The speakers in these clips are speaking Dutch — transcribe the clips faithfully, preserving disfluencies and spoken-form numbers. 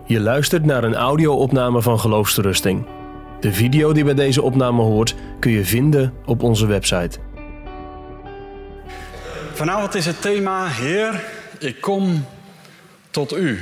Je luistert naar een audio-opname van Geloofsterusting. De video die bij deze opname hoort kun je vinden op onze website. Vanavond is het thema: Heer, ik kom tot u.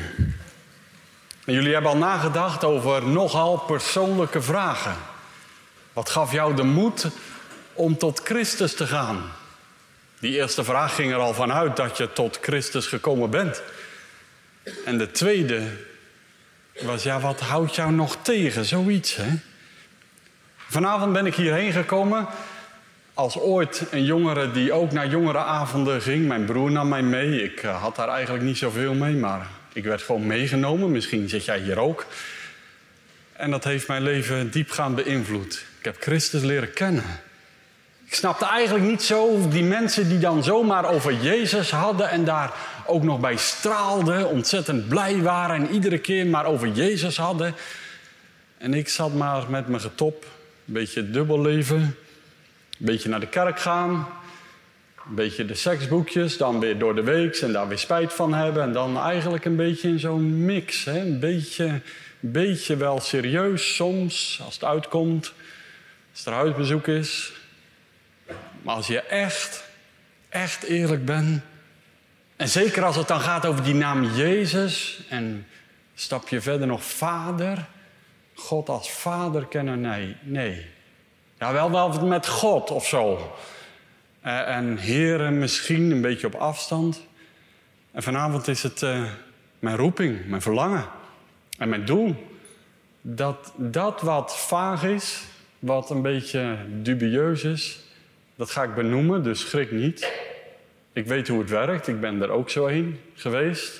En jullie hebben al nagedacht over nogal persoonlijke vragen. Wat gaf jou de moed om tot Christus te gaan? Die eerste vraag ging er al vanuit dat je tot Christus gekomen bent. En de tweede was, ja, wat houdt jou nog tegen? Zoiets, hè? Vanavond ben ik hierheen gekomen als ooit een jongere die ook naar jongerenavonden ging. Mijn broer nam mij mee. Ik uh, had daar eigenlijk niet zoveel mee, maar ik werd gewoon meegenomen. Misschien zit jij hier ook. En dat heeft mijn leven diepgaand beïnvloed. Ik heb Christus leren kennen. Ik snapte eigenlijk niet zo die mensen die dan zomaar over Jezus hadden en daar ook nog bij straalden, ontzettend blij waren en iedere keer maar over Jezus hadden. En ik zat maar met mijn getop, een beetje dubbel leven, een beetje naar de kerk gaan, een beetje de seksboekjes, dan weer door de week en daar weer spijt van hebben. En dan eigenlijk een beetje in zo'n mix, hè? Een beetje, een beetje wel serieus soms, als het uitkomt, als er huisbezoek is. Maar als je echt, echt eerlijk bent, en zeker als het dan gaat over die naam Jezus, en een stapje verder nog Vader, God als Vader kennen, nee, nee. Ja, wel wel met God of zo. Uh, en Heren misschien een beetje op afstand. En vanavond is het uh, mijn roeping, mijn verlangen en mijn doel. Dat dat wat vaag is, wat een beetje dubieus is, dat ga ik benoemen, dus schrik niet. Ik weet hoe het werkt, ik ben er ook zo heen geweest.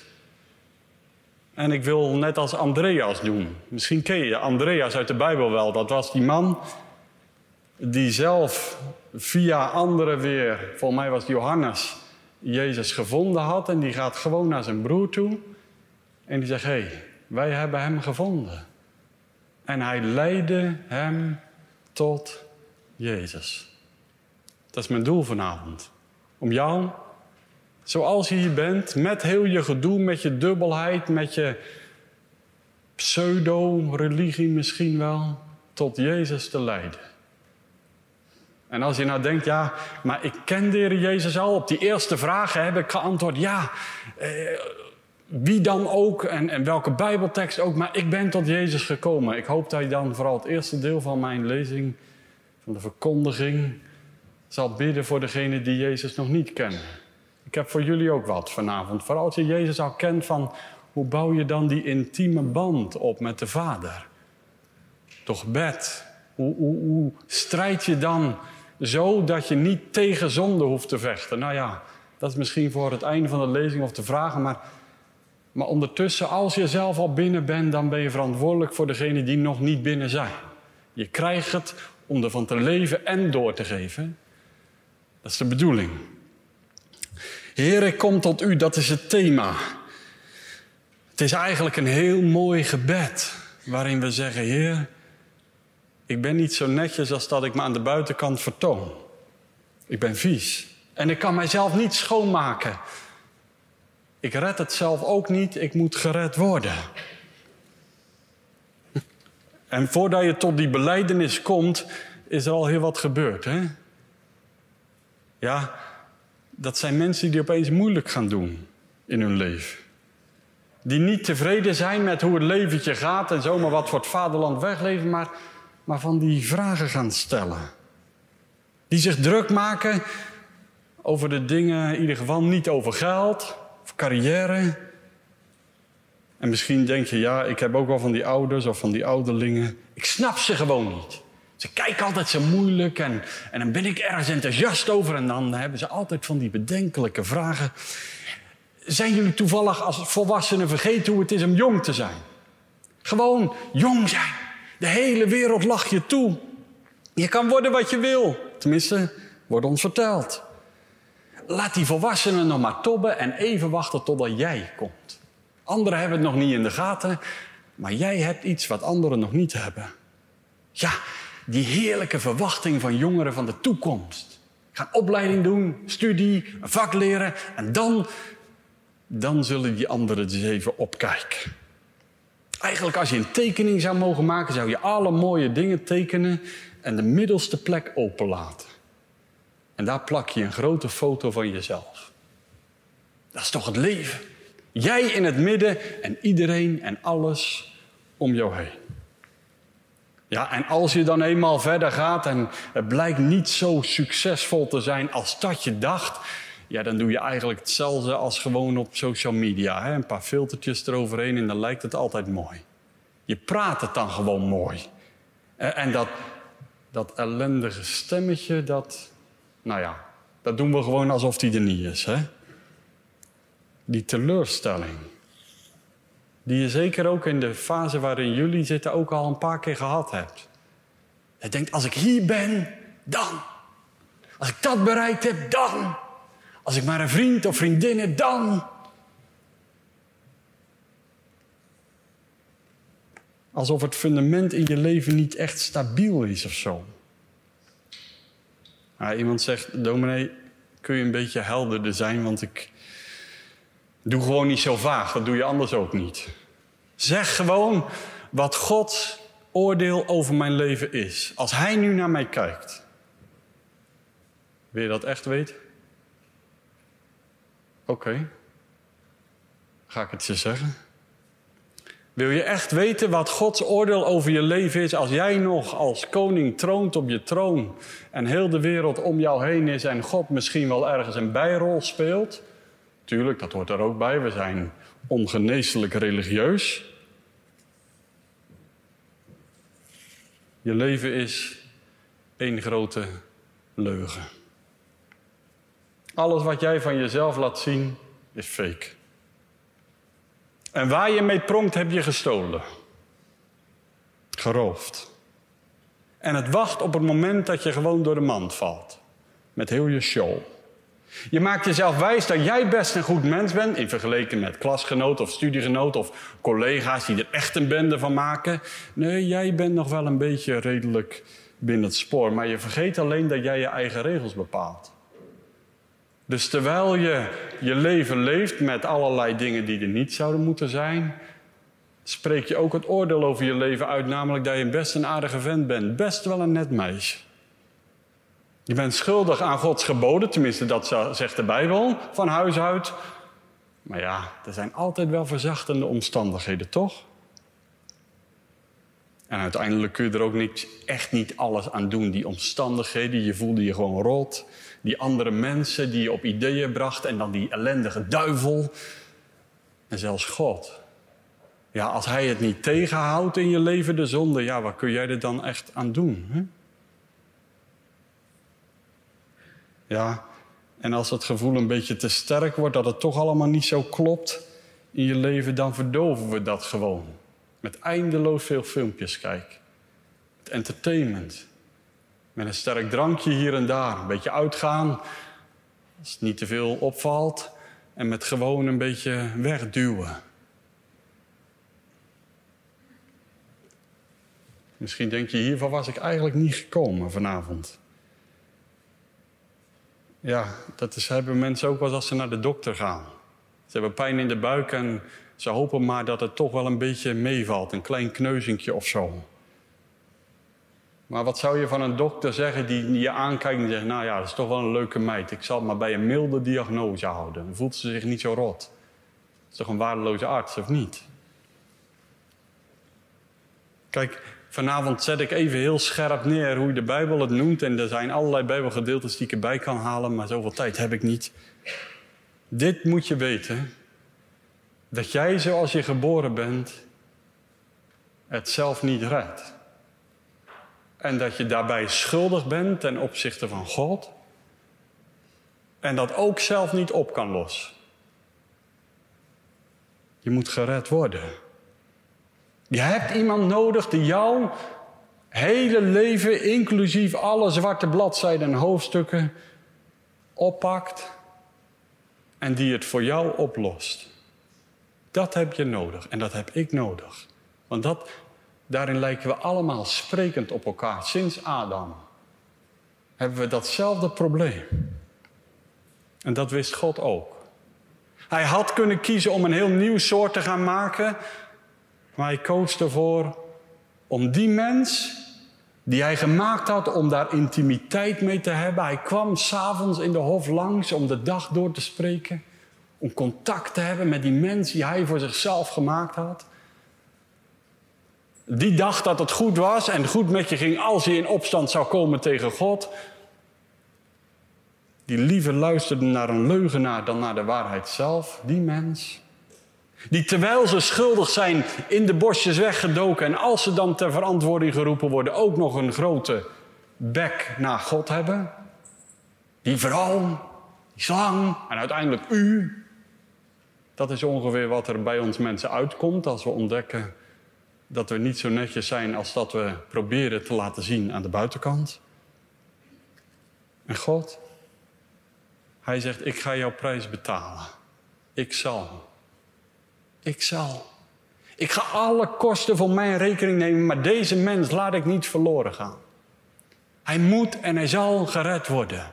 En ik wil net als Andreas doen. Misschien ken je Andreas uit de Bijbel wel. Dat was die man die zelf via anderen weer, volgens mij was het Johannes, Jezus gevonden had. En die gaat gewoon naar zijn broer toe. En die zegt, hé, hey, wij hebben hem gevonden. En hij leidde hem tot Jezus. Dat is mijn doel vanavond. Om jou, zoals je hier bent, met heel je gedoe, met je dubbelheid, met je pseudo-religie misschien wel, tot Jezus te leiden. En als je nou denkt, ja, maar ik ken de Heer Jezus al. Op die eerste vragen heb ik geantwoord, ja, eh, wie dan ook en, en welke Bijbeltekst ook, maar ik ben tot Jezus gekomen. Ik hoop dat je dan vooral het eerste deel van mijn lezing, van de verkondiging, zal bidden voor degenen die Jezus nog niet kennen. Ik heb voor jullie ook wat vanavond. Vooral als je Jezus al kent, van hoe bouw je dan die intieme band op met de Vader? Door gebed. Hoe, hoe, hoe strijd je dan zo dat je niet tegen zonde hoeft te vechten? Nou ja, dat is misschien voor het einde van de lezing of te vragen. Maar, maar ondertussen, als je zelf al binnen bent, dan ben je verantwoordelijk voor degenen die nog niet binnen zijn. Je krijgt het om ervan te leven en door te geven. Dat is de bedoeling. Heer, ik kom tot u, dat is het thema. Het is eigenlijk een heel mooi gebed waarin we zeggen, Heer, ik ben niet zo netjes als dat ik me aan de buitenkant vertoon. Ik ben vies. En ik kan mijzelf niet schoonmaken. Ik red het zelf ook niet, ik moet gered worden. En voordat je tot die belijdenis komt, is er al heel wat gebeurd, hè? Ja, dat zijn mensen die opeens moeilijk gaan doen in hun leven. Die niet tevreden zijn met hoe het leventje gaat en zomaar wat voor het vaderland wegleven, maar, maar van die vragen gaan stellen. Die zich druk maken over de dingen, in ieder geval niet over geld of carrière. En misschien denk je, ja, ik heb ook wel van die ouders of van die ouderlingen. Ik snap ze gewoon niet. Ze kijken altijd zo moeilijk en, en dan ben ik ergens enthousiast over. En dan hebben ze altijd van die bedenkelijke vragen. Zijn jullie toevallig als volwassenen vergeten hoe het is om jong te zijn? Gewoon jong zijn. De hele wereld lacht je toe. Je kan worden wat je wil. Tenminste, wordt ons verteld. Laat die volwassenen nog maar tobben en even wachten totdat jij komt. Anderen hebben het nog niet in de gaten, maar jij hebt iets wat anderen nog niet hebben. Ja, die heerlijke verwachting van jongeren van de toekomst. Gaan opleiding doen, studie, een vak leren en dan, dan zullen die anderen dus even opkijken. Eigenlijk als je een tekening zou mogen maken, zou je alle mooie dingen tekenen en de middelste plek openlaten. En daar plak je een grote foto van jezelf. Dat is toch het leven? Jij in het midden en iedereen en alles om jou heen. Ja, en als je dan eenmaal verder gaat en het blijkt niet zo succesvol te zijn als dat je dacht, ja, dan doe je eigenlijk hetzelfde als gewoon op social media. Hè? Een paar filtertjes eroverheen en dan lijkt het altijd mooi. Je praat het dan gewoon mooi. En dat, dat ellendige stemmetje, dat, nou ja, dat doen we gewoon alsof die er niet is. Hè? Die teleurstelling. Die je zeker ook in de fase waarin jullie zitten ook al een paar keer gehad hebt. Je denkt, als ik hier ben, dan. Als ik dat bereikt heb, dan. Als ik maar een vriend of vriendin heb, dan. Alsof het fundament in je leven niet echt stabiel is of zo. Nou, iemand zegt, dominee, kun je een beetje helderder zijn, want ik doe gewoon niet zo vaag. Dat doe je anders ook niet. Zeg gewoon wat Gods oordeel over mijn leven is. Als Hij nu naar mij kijkt. Wil je dat echt weten? Oké. Okay. Ga ik het je zeggen? Wil je echt weten wat Gods oordeel over je leven is als jij nog als koning troont op je troon en heel de wereld om jou heen is en God misschien wel ergens een bijrol speelt? Tuurlijk, dat hoort er ook bij. We zijn ongeneeslijk religieus. Je leven is één grote leugen. Alles wat jij van jezelf laat zien is fake. En waar je mee pronkt heb je gestolen. Geroofd. En het wacht op het moment dat je gewoon door de mand valt. Met heel je show. Je maakt jezelf wijs dat jij best een goed mens bent, in vergelijking met klasgenoten of studiegenoten of collega's die er echt een bende van maken. Nee, jij bent nog wel een beetje redelijk binnen het spoor, maar je vergeet alleen dat jij je eigen regels bepaalt. Dus terwijl je je leven leeft met allerlei dingen die er niet zouden moeten zijn, spreek je ook het oordeel over je leven uit, namelijk dat je best een aardige vent bent, best wel een net meisje. Je bent schuldig aan Gods geboden, tenminste dat zegt de Bijbel, van huis uit. Maar ja, er zijn altijd wel verzachtende omstandigheden, toch? En uiteindelijk kun je er ook niet, echt niet alles aan doen. Die omstandigheden, je voelde je gewoon rot. Die andere mensen die je op ideeën bracht en dan die ellendige duivel. En zelfs God. Ja, als Hij het niet tegenhoudt in je leven, de zonde, ja, wat kun jij er dan echt aan doen? Hè? Ja, en als het gevoel een beetje te sterk wordt dat het toch allemaal niet zo klopt in je leven, dan verdoven we dat gewoon. Met eindeloos veel filmpjes kijken. Met entertainment. Met een sterk drankje hier en daar. Een beetje uitgaan. Als het niet te veel opvalt. En met gewoon een beetje wegduwen. Misschien denk je, hiervan was ik eigenlijk niet gekomen vanavond. Ja, dat is, hebben mensen ook wel als ze naar de dokter gaan. Ze hebben pijn in de buik en ze hopen maar dat het toch wel een beetje meevalt. Een klein kneuzinkje of zo. Maar wat zou je van een dokter zeggen die je aankijkt en zegt, nou ja, dat is toch wel een leuke meid. Ik zal het maar bij een milde diagnose houden. Dan voelt ze zich niet zo rot. Dat is toch een waardeloze arts, of niet? Kijk, vanavond zet ik even heel scherp neer hoe de Bijbel het noemt. En er zijn allerlei Bijbelgedeeltes die ik erbij kan halen, maar zoveel tijd heb ik niet. Dit moet je weten. Dat jij zoals je geboren bent, het zelf niet redt. En dat je daarbij schuldig bent ten opzichte van God. En dat ook zelf niet op kan lossen. Je moet gered worden. Je hebt iemand nodig die jouw hele leven, inclusief alle zwarte bladzijden en hoofdstukken, oppakt en die het voor jou oplost. Dat heb je nodig en dat heb ik nodig. Want dat, daarin lijken we allemaal sprekend op elkaar. Sinds Adam hebben we datzelfde probleem. En dat wist God ook. Hij had kunnen kiezen om een heel nieuw soort te gaan maken. Maar hij koos ervoor om die mens die hij gemaakt had om daar intimiteit mee te hebben. Hij kwam 's avonds in de hof langs om de dag door te spreken. Om contact te hebben met die mens die hij voor zichzelf gemaakt had. Die dacht dat het goed was en goed met je ging als je in opstand zou komen tegen God. Die liever luisterde naar een leugenaar dan naar de waarheid zelf. Die mens. Die terwijl ze schuldig zijn in de bosjes weggedoken en als ze dan ter verantwoording geroepen worden ook nog een grote bek naar God hebben. Die vrouw, die slang en uiteindelijk u. Dat is ongeveer wat er bij ons mensen uitkomt als we ontdekken dat we niet zo netjes zijn als dat we proberen te laten zien aan de buitenkant. En God, hij zegt, ik ga jouw prijs betalen. Ik zal. Ik zal. Ik ga alle kosten voor mijn rekening nemen, maar deze mens laat ik niet verloren gaan. Hij moet en hij zal gered worden.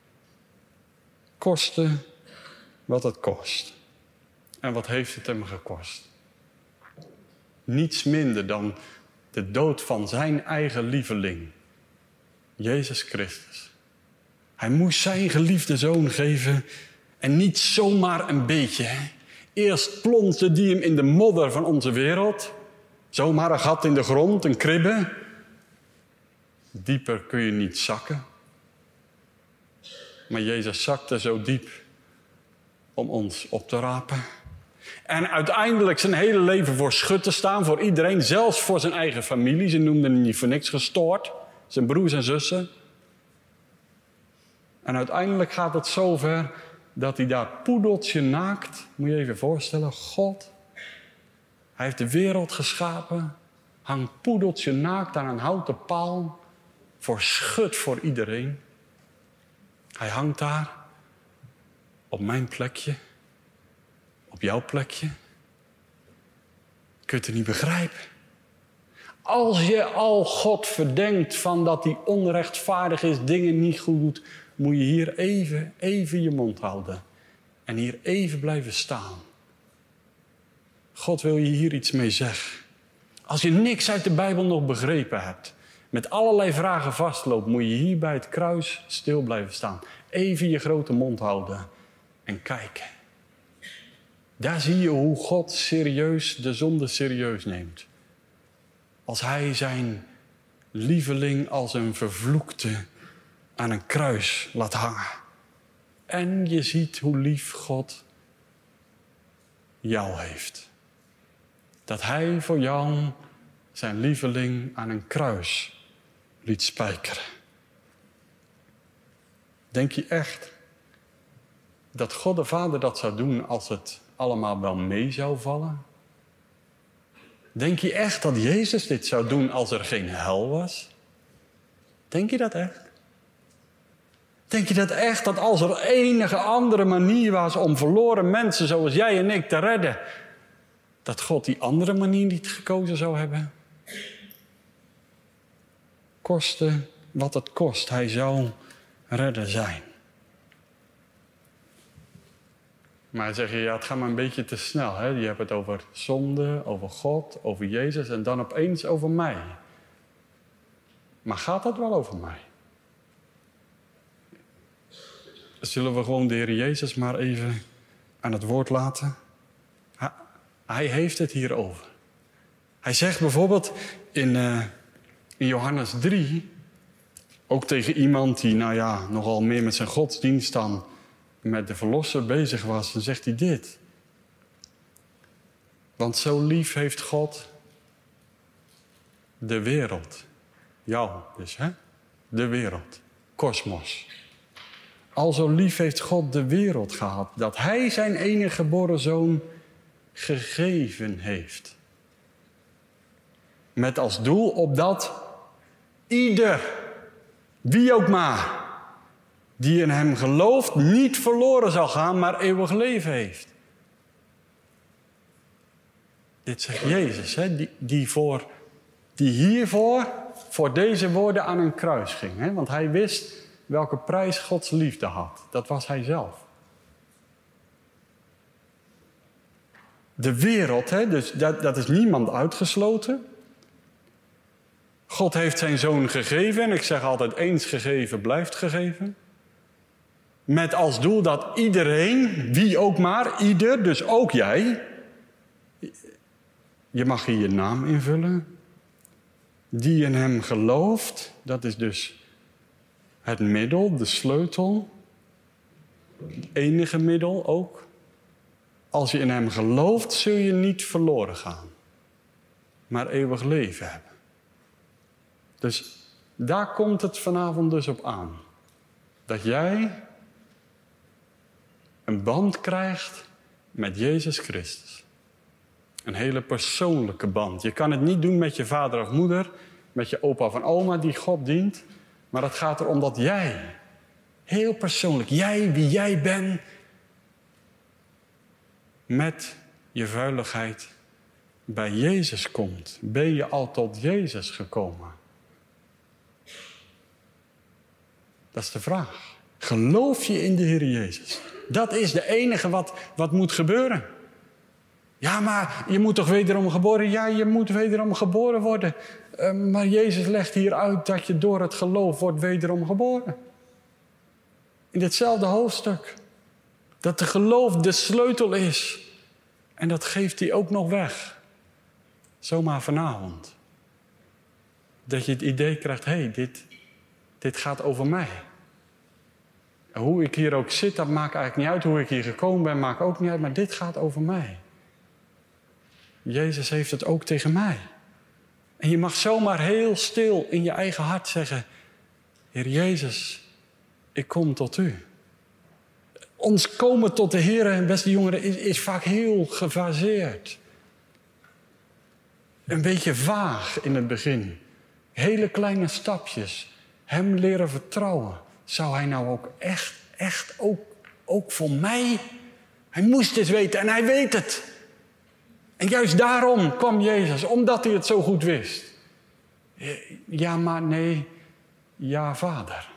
Koste wat het kost. En wat heeft het hem gekost? Niets minder dan de dood van zijn eigen lieveling, Jezus Christus. Hij moest zijn geliefde zoon geven en niet zomaar een beetje. Hè? Eerst plonsde die hem in de modder van onze wereld. Zomaar een gat in de grond, een kribbe. Dieper kun je niet zakken. Maar Jezus zakte zo diep om ons op te rapen. En uiteindelijk zijn hele leven voor schut te staan. Voor iedereen, zelfs voor zijn eigen familie. Ze noemden hem niet voor niks gestoord. Zijn broers en zussen. En uiteindelijk gaat het zover dat hij daar poedeltje naakt, moet je even voorstellen, God, hij heeft de wereld geschapen, hangt poedeltje naakt aan een houten paal, voor schut voor iedereen. Hij hangt daar, op mijn plekje, op jouw plekje. Kun je het niet begrijpen? Als je al God verdenkt van dat hij onrechtvaardig is, dingen niet goed doet, moet je hier even, even je mond houden. En hier even blijven staan. God wil je hier iets mee zeggen. Als je niks uit de Bijbel nog begrepen hebt, met allerlei vragen vastloopt, moet je hier bij het kruis stil blijven staan. Even je grote mond houden en kijken. Daar zie je hoe God serieus de zonde serieus neemt. Als hij zijn lieveling als een vervloekte aan een kruis laat hangen. En je ziet hoe lief God jou heeft. Dat hij voor jou zijn lieveling aan een kruis liet spijkeren. Denk je echt dat God de Vader dat zou doen als het allemaal wel mee zou vallen? Denk je echt dat Jezus dit zou doen als er geen hel was? Denk je dat echt? Denk je dat echt, dat als er enige andere manier was om verloren mensen zoals jij en ik te redden, dat God die andere manier niet gekozen zou hebben? Koste wat het kost, hij zou redder zijn. Maar zeg je, ja, het gaat maar een beetje te snel. Hè? Je hebt het over zonde, over God, over Jezus en dan opeens over mij. Maar gaat dat wel over mij? Zullen we gewoon de Heer Jezus maar even aan het woord laten? Hij heeft het hierover. Hij zegt bijvoorbeeld in, uh, in Johannes drie, ook tegen iemand die nou ja, nogal meer met zijn godsdienst dan met de Verlosser bezig was, dan zegt hij dit. Want zo lief heeft God de wereld. Jou dus, hè? De wereld. Kosmos. Al zo lief heeft God de wereld gehad, dat hij zijn enige geboren zoon gegeven heeft. Met als doel opdat ieder, wie ook maar, die in hem gelooft, niet verloren zal gaan, maar eeuwig leven heeft. Dit zegt Jezus, hè? Die, die, voor, die hiervoor, voor deze woorden aan een kruis ging. Hè? Want hij wist welke prijs Gods liefde had. Dat was hij zelf. De wereld, hè? Dus dat, dat is niemand uitgesloten. God heeft zijn zoon gegeven. En ik zeg altijd, eens gegeven blijft gegeven. Met als doel dat iedereen, wie ook maar, ieder, dus ook jij. Je mag hier je naam invullen. Die in hem gelooft, dat is dus het middel, de sleutel. Het enige middel ook. Als je in hem gelooft, zul je niet verloren gaan. Maar eeuwig leven hebben. Dus daar komt het vanavond dus op aan. Dat jij een band krijgt met Jezus Christus. Een hele persoonlijke band. Je kan het niet doen met je vader of moeder, met je opa of oma die God dient. Maar het gaat erom dat jij, heel persoonlijk, jij wie jij bent, met je vuiligheid bij Jezus komt. Ben je al tot Jezus gekomen? Dat is de vraag. Geloof je in de Heer Jezus? Dat is de enige wat, wat moet gebeuren. Ja, maar je moet toch wederom geboren? Ja, je moet wederom geboren worden. Uh, maar Jezus legt hier uit dat je door het geloof wordt wederom geboren. In ditzelfde hoofdstuk. Dat de geloof de sleutel is. En dat geeft hij ook nog weg. Zomaar vanavond. Dat je het idee krijgt, hé, hey, dit, dit gaat over mij. Hoe ik hier ook zit, dat maakt eigenlijk niet uit. Hoe ik hier gekomen ben, maakt ook niet uit. Maar dit gaat over mij. Jezus heeft het ook tegen mij. En je mag zomaar heel stil in je eigen hart zeggen, Heer Jezus, ik kom tot u. Ons komen tot de Heer, beste jongeren, is, is vaak heel gefaseerd. Een beetje vaag in het begin. Hele kleine stapjes. Hem leren vertrouwen. Zou hij nou ook echt, echt ook, ook voor mij? Hij moest het weten en hij weet het. En juist daarom kwam Jezus, omdat hij het zo goed wist. Ja, maar nee. Ja, Vader.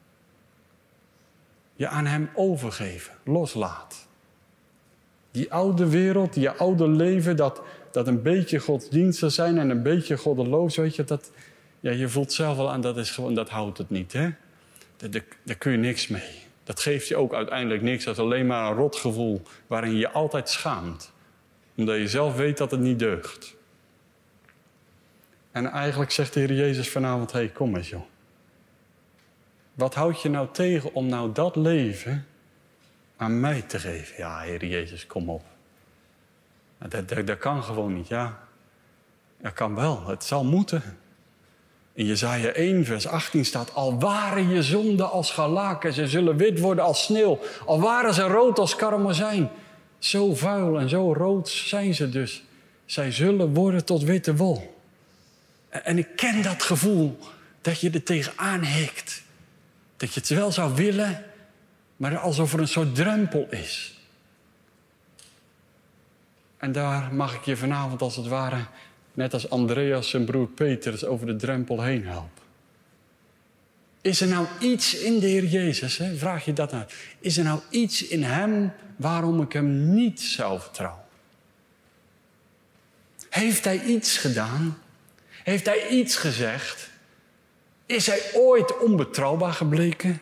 Je aan hem overgeven, loslaat. Die oude wereld, die oude leven, dat, dat een beetje godsdienstig zijn en een beetje goddeloos, weet je, dat, ja, je voelt zelf wel aan, dat is gewoon, dat houdt het niet, hè. Daar, daar, daar kun je niks mee. Dat geeft je ook uiteindelijk niks, dat is alleen maar een rotgevoel waarin je je altijd schaamt. Omdat je zelf weet dat het niet deugt. En eigenlijk zegt de Heer Jezus vanavond, hé, hey, kom eens joh. Wat houd je nou tegen om nou dat leven aan mij te geven? Ja, Heer Jezus, kom op. Dat, dat, dat kan gewoon niet, ja. Dat kan wel, het zal moeten. In Jesaja één, vers achttien staat, al waren je zonden als scharlaken, ze zullen wit worden als sneeuw. Al waren ze rood als karmozijn. Zo vuil en zo rood zijn ze dus. Zij zullen worden tot witte wol. En ik ken dat gevoel dat je er tegenaan hikt. Dat je het wel zou willen, maar alsof er een soort drempel is. En daar mag ik je vanavond als het ware, net als Andreas zijn broer Petrus, over de drempel heen helpen. Is er nou iets in de Heer Jezus, hè? Vraag je dat nou. Is er nou iets in hem waarom ik hem niet zou vertrouwen? Heeft hij iets gedaan? Heeft hij iets gezegd? Is hij ooit onbetrouwbaar gebleken?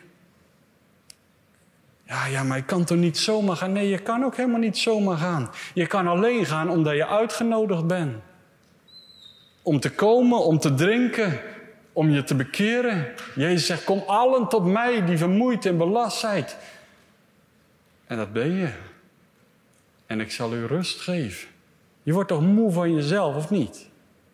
Ja, ja, maar je kan toch niet zomaar gaan? Nee, je kan ook helemaal niet zomaar gaan. Je kan alleen gaan omdat je uitgenodigd bent. Om te komen, om te drinken, om je te bekeren. Jezus zegt, kom allen tot mij die vermoeid en belast zijn. En dat ben je. En ik zal u rust geven. Je wordt toch moe van jezelf, of niet?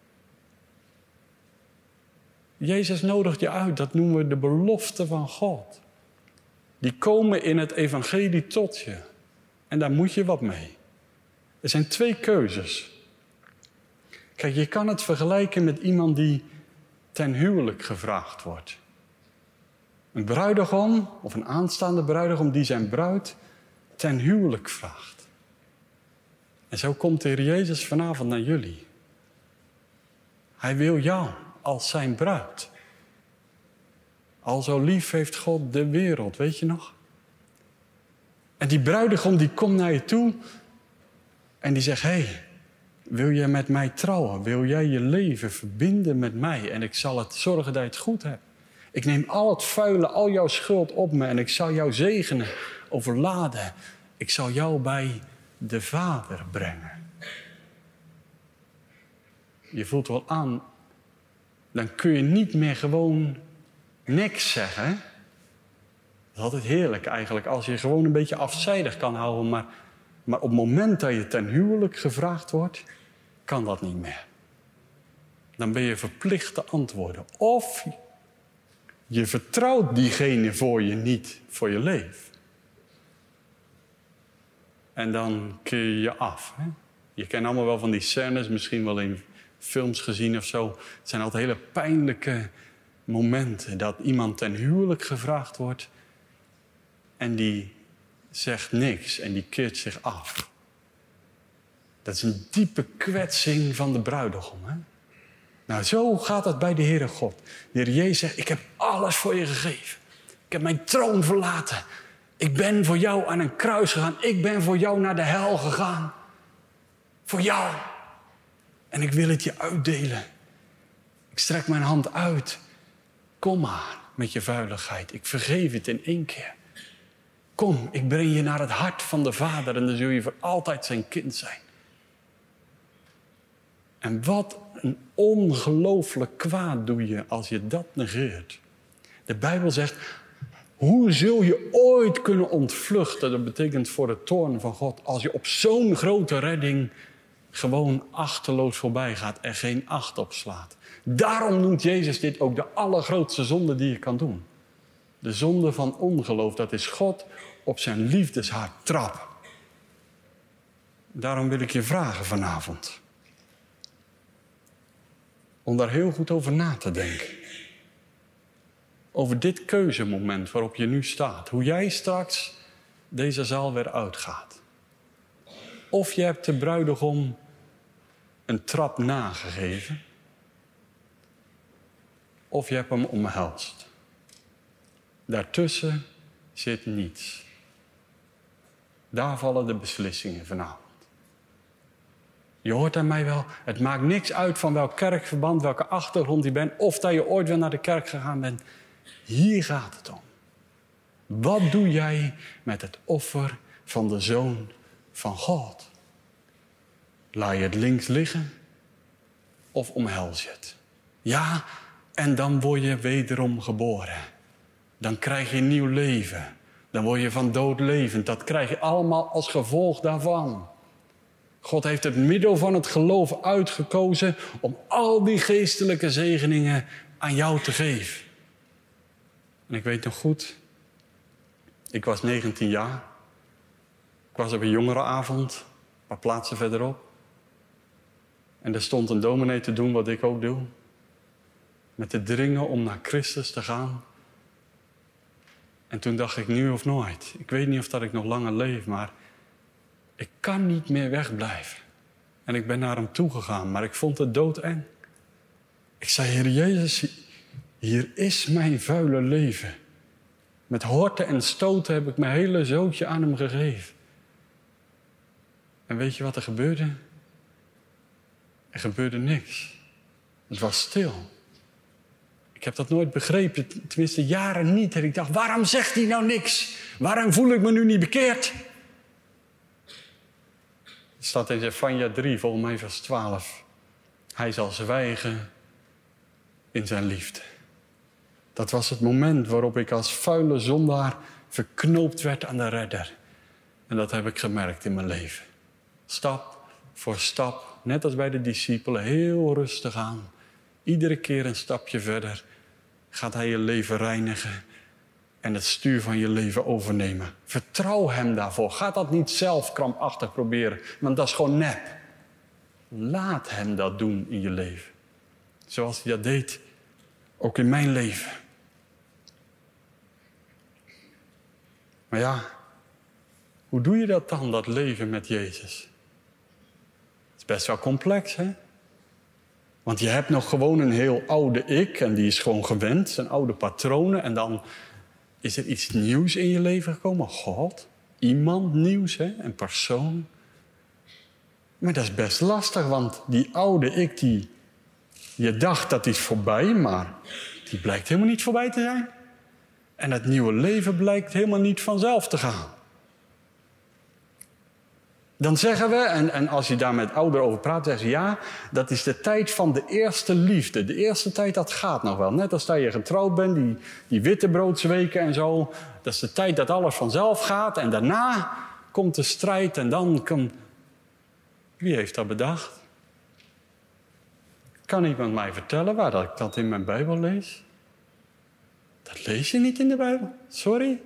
Jezus nodigt je uit, dat noemen we de belofte van God. Die komen in het evangelie tot je. En daar moet je wat mee. Er zijn twee keuzes. Kijk, je kan het vergelijken met iemand die ten huwelijk gevraagd wordt. Een bruidegom of een aanstaande bruidegom die zijn bruid ten huwelijk vraagt. En zo komt de Heer Jezus vanavond naar jullie. Hij wil jou als zijn bruid. Al zo lief heeft God de wereld, weet je nog? En die bruidegom die komt naar je toe En die zegt, hé, hey, wil je met mij trouwen? Wil jij je leven verbinden met mij? En ik zal het zorgen dat je het goed hebt. Ik neem al het vuile, al jouw schuld op me en ik zal jou zegenen, overladen. Ik zal jou bij de Vader brengen. Je voelt wel aan, dan kun je niet meer gewoon niks zeggen. Hè? Dat is altijd heerlijk eigenlijk, als je gewoon een beetje afzijdig kan houden. Maar, maar op het moment dat je ten huwelijk gevraagd wordt, kan dat niet meer. Dan ben je verplicht te antwoorden. Of je vertrouwt diegene voor je niet, voor je leven. En dan keer je je af. Hè? Je kent allemaal wel van die scènes, misschien wel in films gezien of zo. Het zijn altijd hele pijnlijke momenten dat iemand ten huwelijk gevraagd wordt en die zegt niks en die keert zich af. Dat is een diepe kwetsing van de bruidegom. Hè? Nou, zo gaat het bij de Heere God. De Heer Jezus zegt, ik heb alles voor je gegeven. Ik heb mijn troon verlaten. Ik ben voor jou aan een kruis gegaan. Ik ben voor jou naar de hel gegaan. Voor jou. En ik wil het je uitdelen. Ik strek mijn hand uit. Kom maar met je vuiligheid. Ik vergeef het in één keer. Kom, ik breng je naar het hart van de Vader en dan zul je voor altijd zijn kind zijn. En wat een ongelooflijk kwaad doe je als je dat negeert. De Bijbel zegt, hoe zul je ooit kunnen ontvluchten? Dat betekent voor de toorn van God. Als je op zo'n grote redding gewoon achterloos voorbij gaat en geen acht opslaat. Daarom noemt Jezus dit ook de allergrootste zonde die je kan doen. De zonde van ongeloof, dat is God op zijn liefdeshart trappen. Daarom wil ik je vragen vanavond. Om daar heel goed over na te denken. Over dit keuzemoment waarop je nu staat. Hoe jij straks deze zaal weer uitgaat. Of je hebt de bruidegom een trap nagegeven. Of je hebt hem omhelst. Daartussen zit niets. Daar vallen de beslissingen vanavond. Je hoort aan mij wel, het maakt niks uit van welk kerkverband, welke achtergrond je bent, of dat je ooit weer naar de kerk gegaan bent. Hier gaat het om. Wat doe jij met het offer van de Zoon van God? Laat je het links liggen of omhels je het? Ja, en dan word je wederom geboren. Dan krijg je een nieuw leven. Dan word je van dood levend. Dat krijg je allemaal als gevolg daarvan. God heeft het middel van het geloof uitgekozen om al die geestelijke zegeningen aan jou te geven. En ik weet nog goed, ik was negentien jaar. Ik was op een jongerenavond, een paar plaatsen verderop. En er stond een dominee te doen wat ik ook doe. Met te dringen om naar Christus te gaan. En toen dacht ik, nu of nooit. Ik weet niet of dat ik nog langer leef, maar ik kan niet meer wegblijven. En ik ben naar hem toegegaan, maar ik vond het doodeng. Ik zei, Heer Jezus, hier is mijn vuile leven. Met horten en stoten heb ik mijn hele zootje aan hem gegeven. En weet je wat er gebeurde? Er gebeurde niks. Het was stil. Ik heb dat nooit begrepen, tenminste jaren niet. En ik dacht, waarom zegt hij nou niks? Waarom voel ik me nu niet bekeerd? Het staat in Zefanja drie, volgens mij vers twaalf. Hij zal zwijgen in zijn liefde. Dat was het moment waarop ik als vuile zondaar verknoopt werd aan de redder. En dat heb ik gemerkt in mijn leven. Stap voor stap, net als bij de discipelen, heel rustig aan. Iedere keer een stapje verder gaat hij je leven reinigen en het stuur van je leven overnemen. Vertrouw hem daarvoor. Ga dat niet zelf krampachtig proberen, want dat is gewoon nep. Laat hem dat doen in je leven. Zoals hij dat deed, ook in mijn leven. Maar ja, hoe doe je dat dan, dat leven met Jezus? Het is best wel complex, hè? Want je hebt nog gewoon een heel oude ik en die is gewoon gewend, zijn oude patronen. En dan is er iets nieuws in je leven gekomen. God, iemand nieuws, hè? Een persoon. Maar dat is best lastig, want die oude ik, die, je dacht dat is voorbij, maar die blijkt helemaal niet voorbij te zijn. En het nieuwe leven blijkt helemaal niet vanzelf te gaan. Dan zeggen we, en, en als je daar met ouderen over praat, zeggen ze ja, dat is de tijd van de eerste liefde. De eerste tijd, dat gaat nog wel. Net als dat je getrouwd bent, die, die wittebroodsweken en zo. Dat is de tijd dat alles vanzelf gaat. En daarna komt de strijd en dan kan... Wie heeft dat bedacht? Kan iemand mij vertellen waar dat ik dat in mijn Bijbel lees? Dat lees je niet in de Bijbel. Sorry.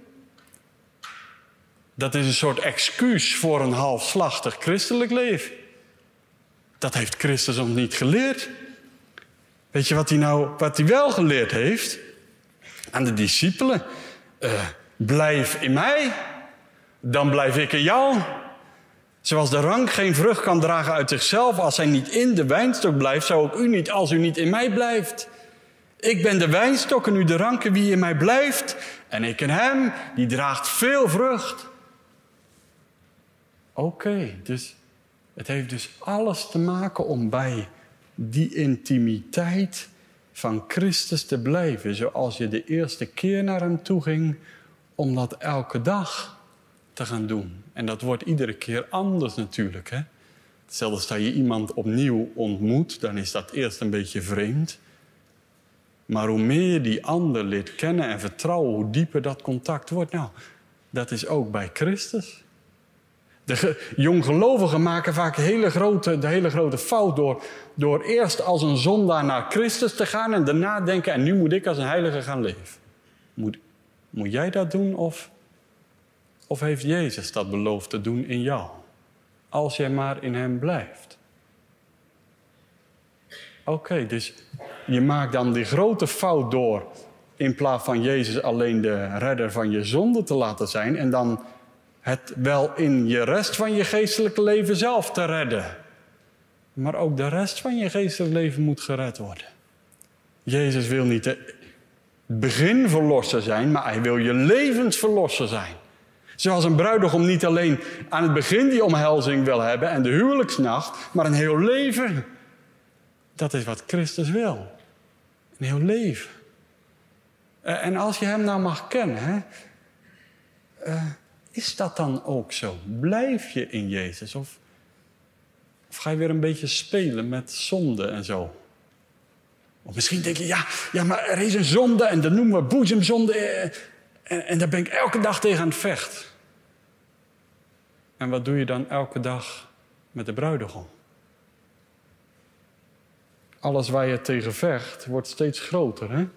Dat is een soort excuus voor een halfslachtig christelijk leven. Dat heeft Christus ons niet geleerd. Weet je wat hij nou, wat hij wel geleerd heeft? Aan de discipelen. Uh, blijf in mij, dan blijf ik in jou. Zoals de rank geen vrucht kan dragen uit zichzelf als hij niet in de wijnstok blijft, zou ook u niet als u niet in mij blijft. Ik ben de wijnstok en u de ranken, wie in mij blijft. En ik in hem, die draagt veel vrucht. Oké, okay, dus het heeft dus alles te maken om bij die intimiteit van Christus te blijven. Zoals je de eerste keer naar hem toe ging, om dat elke dag te gaan doen. En dat wordt iedere keer anders natuurlijk. Hè? Hetzelfde als dat je iemand opnieuw ontmoet, dan is dat eerst een beetje vreemd. Maar hoe meer je die ander leert kennen en vertrouwen, hoe dieper dat contact wordt. Nou, dat is ook bij Christus. De jonggelovigen maken vaak hele grote, de hele grote fout door, door eerst als een zondaar naar Christus te gaan en daarna denken, en nu moet ik als een heilige gaan leven. Moet, moet jij dat doen of, of heeft Jezus dat beloofd te doen in jou? Als jij maar in hem blijft. Oké, okay, dus je maakt dan die grote fout door in plaats van Jezus alleen de redder van je zonde te laten zijn en dan het wel in je rest van je geestelijke leven zelf te redden. Maar ook de rest van je geestelijk leven moet gered worden. Jezus wil niet het beginverlosser zijn, maar hij wil je levensverlosser zijn. Zoals een bruidegom niet alleen aan het begin die omhelzing wil hebben en de huwelijksnacht, maar een heel leven. Dat is wat Christus wil. Een heel leven. En als je hem nou mag kennen, hè, uh, is dat dan ook zo? Blijf je in Jezus? Of, of ga je weer een beetje spelen met zonde en zo? Of misschien denk je, ja, ja maar er is een zonde en dat noemen we boezemzonde. En, en daar ben ik elke dag tegen aan het vechten. En wat doe je dan elke dag met de bruidegom? Alles waar je tegen vecht, wordt steeds groter, hè?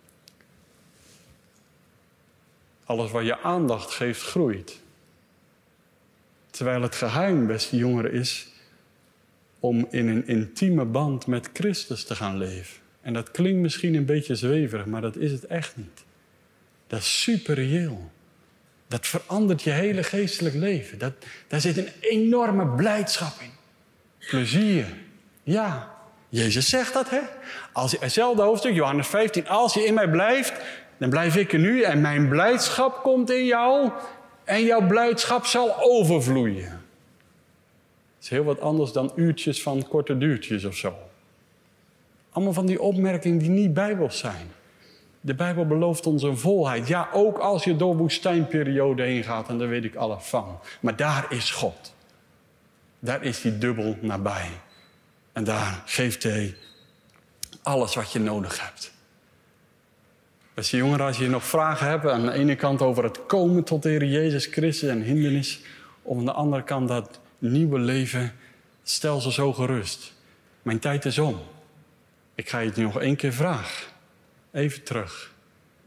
Alles waar je aandacht geeft, groeit. Terwijl het geheim, beste jongeren, is om in een intieme band met Christus te gaan leven. En dat klinkt misschien een beetje zweverig, maar dat is het echt niet. Dat is super reëel. Dat verandert je hele geestelijk leven. Dat, daar zit een enorme blijdschap in. Plezier. Ja, Jezus zegt dat, hè? Als je, hetzelfde hoofdstuk, Johannes vijftien. Als je in mij blijft, dan blijf ik in u en mijn blijdschap komt in jou en jouw blijdschap zal overvloeien. Het is heel wat anders dan uurtjes van korte duurtjes of zo. Allemaal van die opmerkingen die niet bijbels zijn. De Bijbel belooft ons een volheid. Ja, ook als je door woestijnperiode heen gaat, en daar weet ik alles van. Maar daar is God. Daar is hij dubbel nabij. En daar geeft hij alles wat je nodig hebt. Beste jongeren, als je nog vragen hebt, aan de ene kant over het komen tot de Heer Jezus Christus en hindernis, of aan de andere kant dat nieuwe leven, stel ze zo gerust. Mijn tijd is om. Ik ga je het nog één keer vragen. Even terug.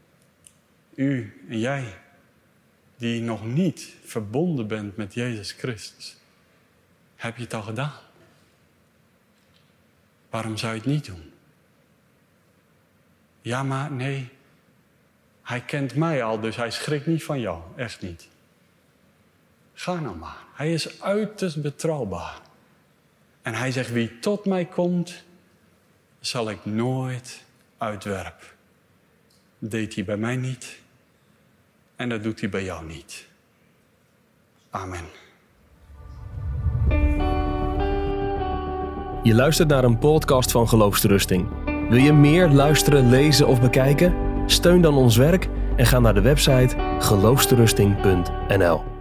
U en jij, die nog niet verbonden bent met Jezus Christus, heb je het al gedaan? Waarom zou je het niet doen? Ja, maar nee. Hij kent mij al, dus hij schrikt niet van jou. Echt niet. Ga nou maar. Hij is uiterst betrouwbaar. En hij zegt, wie tot mij komt, zal ik nooit uitwerpen. Deed hij bij mij niet. En dat doet hij bij jou niet. Amen. Je luistert naar een podcast van Geloofsterusting. Wil je meer luisteren, lezen of bekijken? Steun dan ons werk en ga naar de website geloofsterusting punt n l.